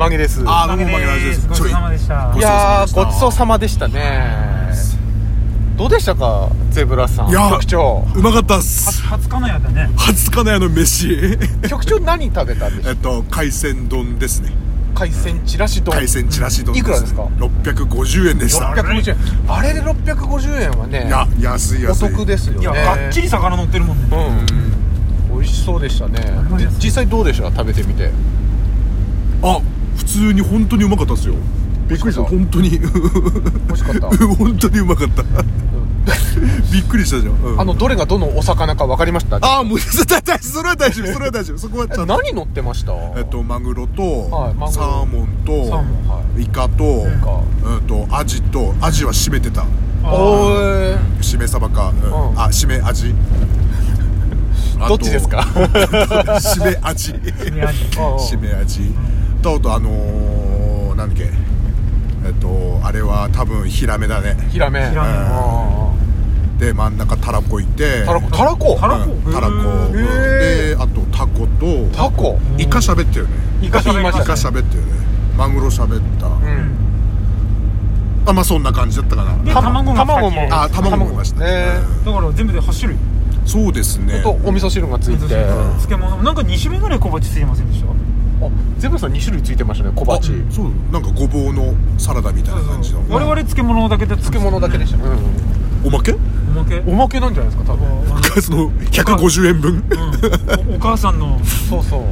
マゲです。 どうもマゲです。 ごちそうさまでした。 いやー、ごちそうさまでしたね。どうでしたか、ゼブラさん。 いや局長、 うまかったっす。 初金谷だね。 初金谷の飯局長何食べたんでしょう。 海鮮丼ですね。 海鮮ちらし丼。 海鮮ちらし丼、 いくらですか。 650円でした。 650円。あれで650円はね、 いや、安いお得ですよね。 いや、がっちり魚乗ってるもんね。 美味しそうでしたね。で、実際どうでした、食べてみて。 あ、普通に本当にうまかったですよ。びっくりした。本当に美味しかった本当にうまかったびっくりしたじゃん。 どれがどのお魚か分かりました。 あ、もうそれは大丈夫、それは大丈夫。そこはちゃんと。 何乗ってました。 マグロと、サーモンと、イカと、アジと、アジは締めてた。締めサバか、締めアジどっちですか。 締めアジ締めアジと、なんだっけ、あれは多分ヒラメだね。 ヒラメ。 で、真ん中タラコいて。 タラコで、あとタコとタコ。 イカ喋ってるね。 イカ喋ってるね。マグロ喋った。あ、まあそんな感じだったかな。 で、卵も。 卵もいましたね。 だから全部で8種類。 そうですね。 とお味噌汁がついて、 漬物なんか2種類ぐらい小鉢ついてませんでした。 ゼブラさん2種類ついてましたね、小鉢。 そう、なんかごぼうのサラダみたいな感じの。 我々漬物だけで。 漬物だけでした。 おまけおまけなんじゃないですか、多分。 その150円分お母さんの。 そうそう。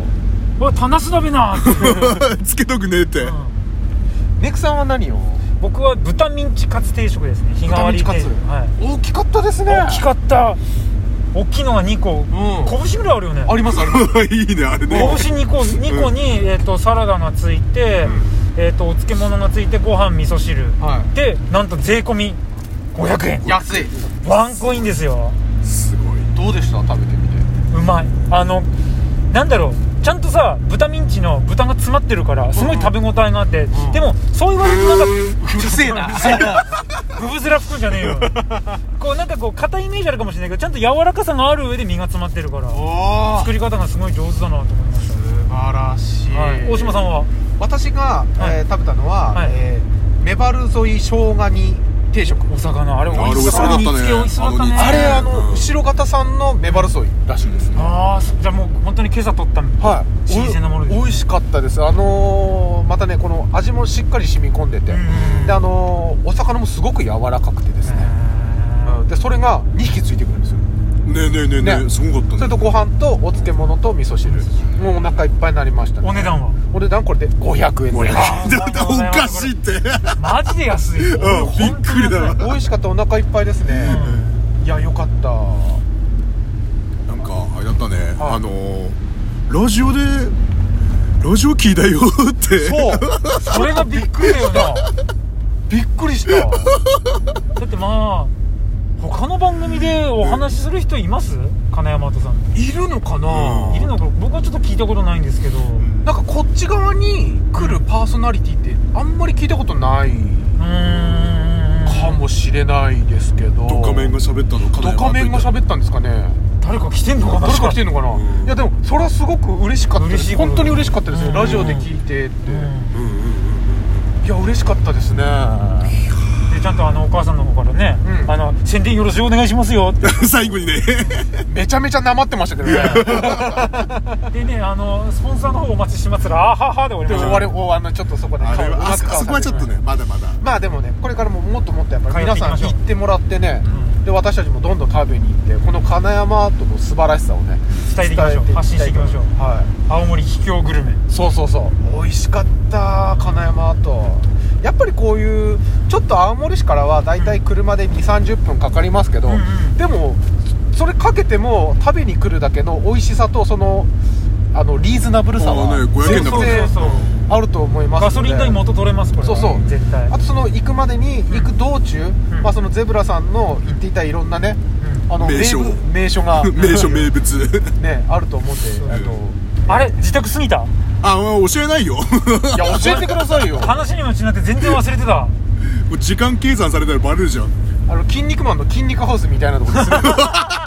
わ、タナス鍋なつけとくねって。 ネクさんは何を。 僕は豚ミンチカツ定食ですね。日替わり定食。 大きかったですね。 大きかった。大きいのが2個、拳ぐらいあるよね。 あります。 いいね、あれね。 拳2個にサラダがついて、お漬物がついて、ご飯味噌汁で、なんと税込み500円。 安い。 ワンコインですよ。 すごい。 どうでした、食べてみて。 うまい。なんだろう、ちゃんとさ、豚ミンチの豚が詰まってるからすごい食べ応えがあって、でもそう言われるとなんかうるせえなブブゼラ吹くんじゃねえよこうなんかこう硬いイメージあるかもしれないけど、ちゃんと柔らかさがある上で身が詰まってるから、作り方がすごい上手だなと思いました。 素晴らしい。 大島さんは。 私が食べたのはメバル沿い生姜煮定食。 お魚、あれ美味しそうだったね。 あれ後方さんのメバル沿いらしいですね。 じゃあもう本当に今朝取った新鮮なものです。 美味しかったです。またね、この味もしっかり染み込んでて、でお魚もすごく柔らかくてですね、でそれが2匹ついてくるんですよ。 ね、すごかったね。 それとご飯とお漬物と味噌汁、もうお腹いっぱいになりましたね。 お値段はこれで500円で。 おかしいって。 マジで安い。 びっくりだな。 美味しかった。お腹いっぱいですね。いや、よかった。 なんかあれだったね、ラジオ聞いたよってそれがびっくりだよなびっくりした。 だってまあ他の番組でお話しする人います？金山とさんいるのかな。 いるのか、僕はちょっと聞いたことないんですけど、 なんかこっち側に来るパーソナリティってあんまり聞いたことないかもしれないですけど。 ドカメンが喋ったのかな。 ドカメンが喋ったんですかね。 誰か来てんのかな。 いやでもそれはすごく嬉しかったです。本当に嬉しかったですよ。ラジオで聞いてって。いや嬉しかったですね。 でちゃんとお母さんの方からね、宣伝よろしくお願いしますよって最後にねめちゃめちゃなまってましたけどねでね、スポンサーの方お待ちしてますら、あははで終わりました。 ちょっとそこであそこはちょっとね、まだまだ。 まあでもね、これからももっともっとやっぱり皆さん行ってもらってね、で私たちもどんどん食べに行って、この金山アートの素晴らしさをね伝えていきましょう。発信していきましょう。青森秘境グルメ。 そう美味しかった金山アート。やっぱりこういうちょっと青森市からはだいたい車で 2,30 分かかりますけど、でもそれかけても食べに来るだけの美味しさと、そのリーズナブルさは全然あると思いますので。 ガソリン代元取れます。これそう絶対。 あとその行くまでに行く道中、そのゼブラさんの言っていたいろんなね、名所が名物ねあると思うんで、 あれ自宅過ぎた？ 教えないよ。 いや教えてくださいよ。 話にもちなって全然忘れてた。 時間計算されたらバレるじゃん。 筋肉マンの筋肉ハウスみたいなとこですね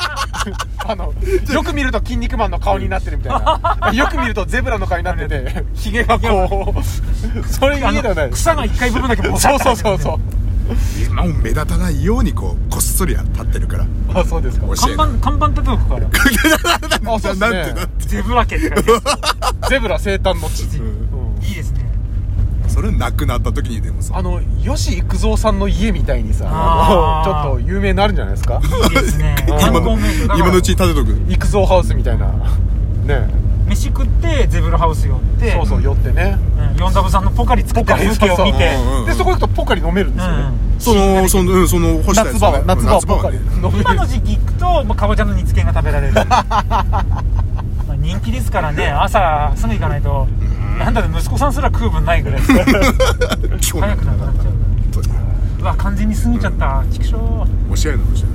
よく見ると筋肉マンの顔になってるみたいなよく見るとゼブラの顔になっててヒゲがこうそれ家ではない草が1回部分だけボサッとそう今も目立たないようにこっそり立ってるから。 あ、そうですか。 看板立てとくからあ、そうですね。なんてゼブラ家って書いてゼブラ生誕の地、 いいですね。 それなくなった時にでもさ、 吉幾三さんの家みたいにさ、ちょっと有名になるんじゃないですか。 いいですね。 今のうちに建てとく幾三ハウスみたいなね。 飯食ってゼブラハウス寄って、 そう寄ってね、 ヨンダブさんのポカリ作った風景を見て、 でそこ行くとポカリ飲めるんですよね。 その干したやつね。 夏場はポカリ今の時期行くとかぼちゃの煮付けが食べられる人気ですからね。朝すぐ行かないとなんだって息子さんすら食う分ないぐらい早くなくなっちゃうから。うわ完全に過ぎちゃった。ちくしょう。 おしゃれな話だ。